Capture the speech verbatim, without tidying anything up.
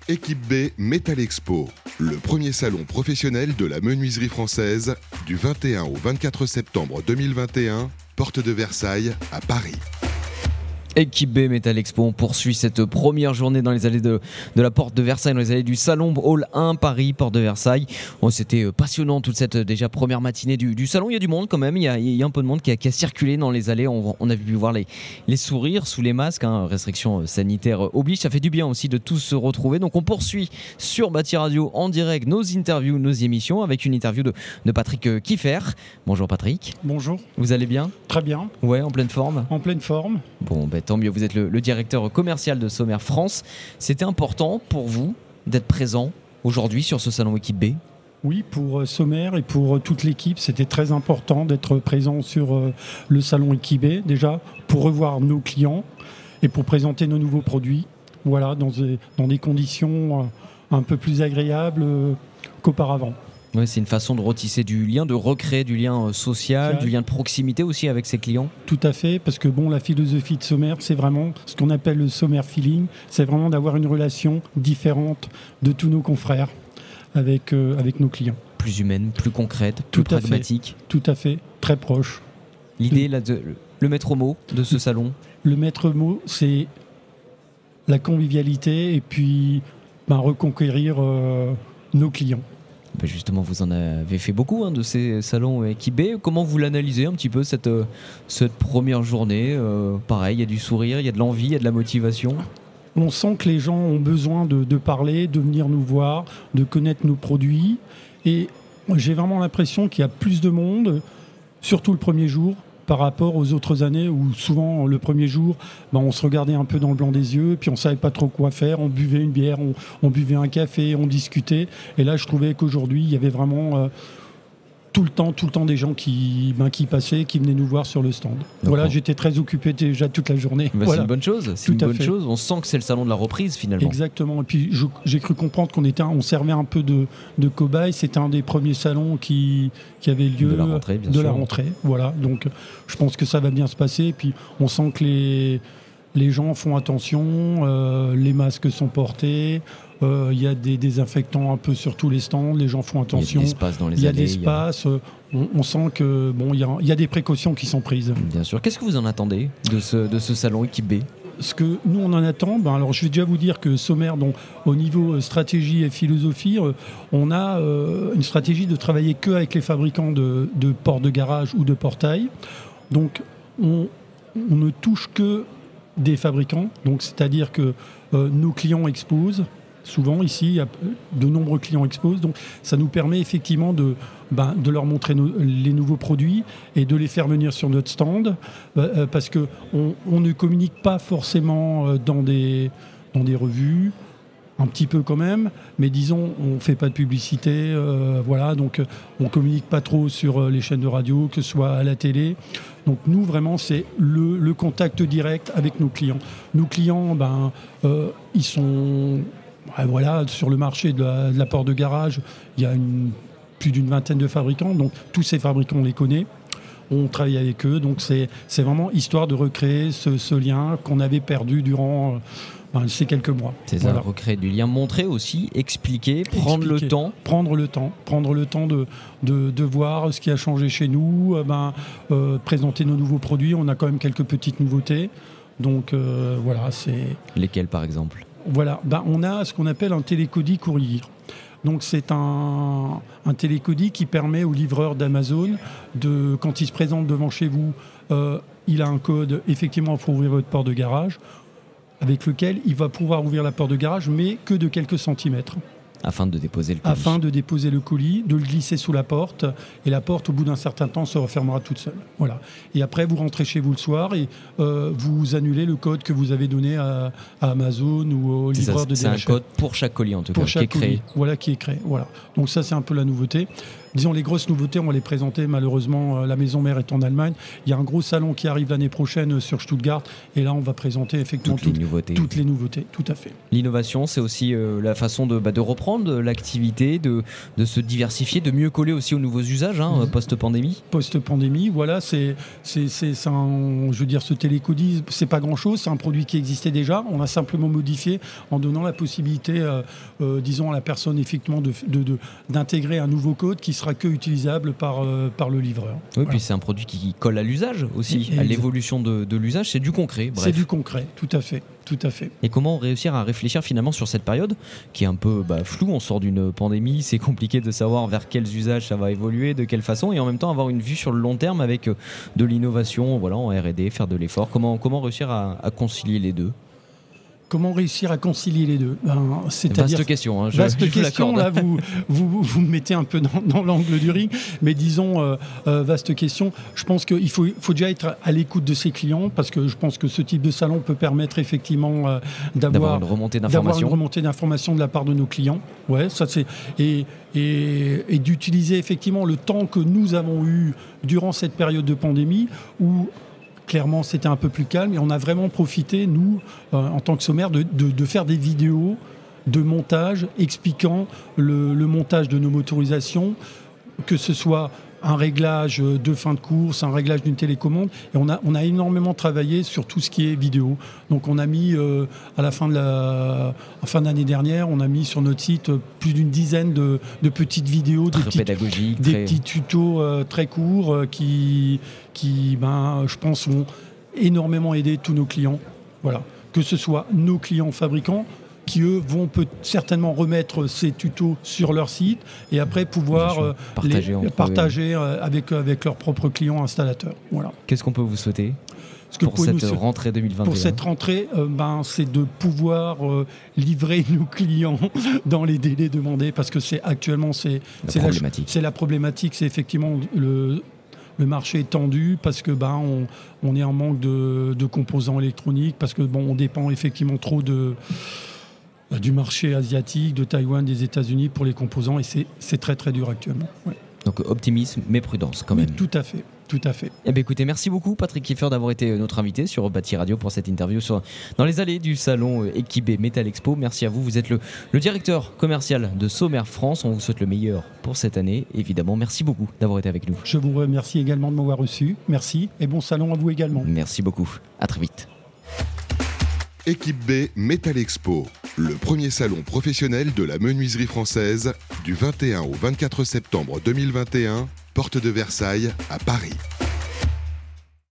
Équipe B Metal Expo, le premier salon professionnel de la menuiserie française, du vingt et un au vingt-quatre septembre deux mille vingt et un, porte de Versailles à Paris. Équipe B Metal Expo, on poursuit cette première journée dans les allées de, de la porte de Versailles, dans les allées du salon Hall un Paris, porte de Versailles. Oh, c'était passionnant toute cette déjà première matinée du, du salon. Il y a du monde quand même, il y a, il y a un peu de monde qui a, qui a circulé dans les allées. On, on a pu voir les, les sourires sous les masques, hein, restrictions sanitaires oblige. Ça fait du bien aussi de tous se retrouver. Donc on poursuit sur Bâti Radio en direct nos interviews, nos émissions, avec une interview de, de Patrick Kieffer. Bonjour Patrick. Bonjour. Vous allez bien ? Très bien. Ouais, en pleine forme ? En pleine forme. Bon, ben, tant mieux, vous êtes le, le directeur commercial de Sommer France. C'était important pour vous d'être présent aujourd'hui sur ce salon Équipe B ? Oui, pour Sommer et pour toute l'équipe, c'était très important d'être présent sur le salon Équipe B, déjà pour revoir nos clients et pour présenter nos nouveaux produits, voilà, dans des, dans des conditions un peu plus agréables qu'auparavant. Oui, c'est une façon de retisser du lien, de recréer du lien social, Ça, du lien de proximité aussi avec ses clients. Tout à fait, parce que bon, la philosophie de Sommer, c'est vraiment ce qu'on appelle le Sommer feeling, c'est vraiment d'avoir une relation différente de tous nos confrères avec, euh, avec nos clients. Plus humaine, plus concrète, plus tout pragmatique. À fait, tout à fait, très proche. L'idée, là, de, le maître mot de ce salon ? Le maître mot, c'est la convivialité et puis ben, reconquérir euh, nos clients. Ben justement, vous en avez fait beaucoup hein, de ces salons Équipe B. Comment vous l'analysez un petit peu cette, cette première journée euh, Pareil, il y a du sourire, il y a de l'envie, il y a de la motivation. On sent que les gens ont besoin de, de parler, de venir nous voir, de connaître nos produits. Et j'ai vraiment l'impression qu'il y a plus de monde, surtout le premier jour, par rapport aux autres années où souvent le premier jour, ben, on se regardait un peu dans le blanc des yeux, puis on ne savait pas trop quoi faire, on buvait une bière, on, on buvait un café, on discutait. Et là, je trouvais qu'aujourd'hui, il y avait vraiment euh, tout le temps, tout le temps des gens qui, ben, qui passaient, qui venaient nous voir sur le stand. Donc voilà, j'étais très occupé déjà toute la journée. Ben, voilà. C'est une bonne chose, c'est une bonne chose. On sent que c'est le salon de la reprise finalement. Exactement. Et puis je, j'ai cru comprendre qu'on était, un, on servait un peu de, de cobaye. C'était un des premiers salons qui, qui avait lieu de la rentrée. Bien de sûr. la rentrée. Voilà. Donc je pense que ça va bien se passer. Et puis on sent que les les gens font attention. Euh, les masques sont portés. Il euh, y a des désinfectants un peu sur tous les stands, les gens font attention. Il y a de l'espace dans les allées. Il y a de l'espace. A... On, on sent que bon, il y, y a des précautions qui sont prises. Bien sûr. Qu'est-ce que vous en attendez de ce, de ce salon Équipe B ? Ce que nous on en attend, ben alors je vais déjà vous dire que Sommer, donc au niveau stratégie et philosophie, euh, on a euh, une stratégie de travailler que avec les fabricants de, de portes de garage ou de portails. Donc on, on ne touche que des fabricants, donc c'est-à-dire que euh, nos clients exposent. Souvent, ici, il y a de nombreux clients exposent. Donc, ça nous permet effectivement de, ben, de leur montrer nos, les nouveaux produits et de les faire venir sur notre stand euh, parce qu'on on ne communique pas forcément dans des, dans des revues, un petit peu quand même, mais disons, on ne fait pas de publicité. Euh, voilà, donc, on ne communique pas trop sur les chaînes de radio, que ce soit à la télé. Donc, nous, vraiment, c'est le, le contact direct avec nos clients. Nos clients, ben, euh, ils sont... Voilà, sur le marché de la, de la porte de garage, il y a une, plus d'une vingtaine de fabricants. Donc, tous ces fabricants, on les connaît. On travaille avec eux. Donc, c'est, c'est vraiment histoire de recréer ce, ce lien qu'on avait perdu durant euh, ben, ces quelques mois. C'est voilà. Ça, recréer du lien, montrer aussi, expliquer, prendre expliquer, le temps. Prendre le temps. Prendre le temps de, de, de voir ce qui a changé chez nous, euh, ben, euh, présenter nos nouveaux produits. On a quand même quelques petites nouveautés. Donc, euh, voilà, c'est... Lesquelles, par exemple ? Voilà, ben, on a ce qu'on appelle un télécolis courrier. Donc c'est un, un télécolis qui permet au livreur d'Amazon, de, quand il se présente devant chez vous, euh, il a un code effectivement pour ouvrir votre porte de garage, avec lequel il va pouvoir ouvrir la porte de garage, mais que de quelques centimètres. Afin de déposer le colis. Afin de déposer le colis, de le glisser sous la porte, et la porte, au bout d'un certain temps, se refermera toute seule. Voilà. Et après, vous rentrez chez vous le soir et euh, vous annulez le code que vous avez donné à, à Amazon ou au c'est livreur ça, de c'est D H L. C'est un code pour chaque colis, en tout pour cas, chaque qui est créé. Colis. Voilà, qui est créé. Voilà. Donc ça, c'est un peu la nouveauté. disons les grosses nouveautés, on va les présenter. Malheureusement, la maison mère est en Allemagne. Il y a un gros salon qui arrive l'année prochaine sur Stuttgart, et là on va présenter effectivement toutes, toutes, les, nouveautés. toutes les nouveautés. Tout à fait. L'innovation, c'est aussi euh, la façon de, bah, de reprendre l'activité, de, de se diversifier, de mieux coller aussi aux nouveaux usages hein, mmh. post-pandémie. Post-pandémie, voilà, c'est, c'est, c'est, c'est un, je veux dire, ce télécodis, c'est pas grand-chose, c'est un produit qui existait déjà. On a simplement modifié en donnant la possibilité, euh, euh, disons, à la personne effectivement de, de, de, d'intégrer un nouveau code qui sera que utilisable par, euh, par le livreur. Oui, voilà. Puis c'est un produit qui colle à l'usage aussi, et, à l'évolution de, de l'usage. C'est du concret. Bref. C'est du concret, tout à fait. Tout à fait. Et comment réussir à réfléchir finalement sur cette période qui est un peu bah, floue, on sort d'une pandémie, c'est compliqué de savoir vers quels usages ça va évoluer, de quelle façon, et en même temps avoir une vue sur le long terme avec de l'innovation, voilà, en R et D, faire de l'effort. Comment, comment réussir à, à concilier les deux ? Comment réussir à concilier les deux ben, c'est-à-dire, Vaste question. Hein, je, vaste je question, là, vous, vous, vous me mettez un peu dans, dans l'angle du ring, mais disons, euh, euh, vaste question. Je pense qu'il faut, faut déjà être à l'écoute de ses clients, parce que je pense que ce type de salon peut permettre effectivement euh, d'avoir, d'avoir, une remontée d'informations. d'avoir une remontée d'informations de la part de nos clients. Ouais, ça, c'est, et, et, et d'utiliser effectivement le temps que nous avons eu durant cette période de pandémie, où clairement, c'était un peu plus calme et on a vraiment profité, nous, euh, en tant que sommaire, de, de, de faire des vidéos de montage expliquant le, le montage de nos motorisations, que ce soit un réglage de fin de course, un réglage d'une télécommande. Et on a, on a énormément travaillé sur tout ce qui est vidéo. Donc on a mis, euh, à la fin de la à fin d'année dernière, on a mis sur notre site plus d'une dizaine de, de petites vidéos, très des, petites, pédagogiques, des très... petits tutos euh, très courts euh, qui, qui ben, je pense, vont énormément aider tous nos clients. Voilà. Que ce soit nos clients fabricants, qui eux vont peut certainement remettre ces tutos sur leur site et après pouvoir euh, partager, les partager euh, avec, avec leurs propres clients installateurs. Voilà. Qu'est-ce qu'on peut vous souhaiter Ce que pour cette nous, rentrée deux mille vingt et un? Pour cette rentrée, euh, ben, c'est de pouvoir euh, livrer nos clients dans les délais demandés, parce que c'est actuellement c'est, la, c'est, problématique. La, c'est la problématique, c'est effectivement le... Le marché est tendu parce que ben, on, on est en manque de, de composants électroniques, parce que bon, on dépend effectivement trop de, du marché asiatique, de Taïwan, des États-Unis pour les composants, et c'est, c'est très très dur actuellement. Ouais. Donc optimisme mais prudence quand même. Mais tout à fait. Tout à fait. Eh bien, écoutez, merci beaucoup Patrick Kieffer d'avoir été notre invité sur Bâti Radio pour cette interview sur, dans les allées du salon Equibé Metal Expo. Merci à vous, vous êtes le, le directeur commercial de Sommer France. On vous souhaite le meilleur pour cette année, évidemment. Merci beaucoup d'avoir été avec nous. Je vous remercie également de m'avoir reçu. Merci et bon salon à vous également. Merci beaucoup. À très vite. Equibé Metal Expo, le premier salon professionnel de la menuiserie française, du vingt et un au vingt-quatre septembre deux mille vingt et un, porte de Versailles à Paris.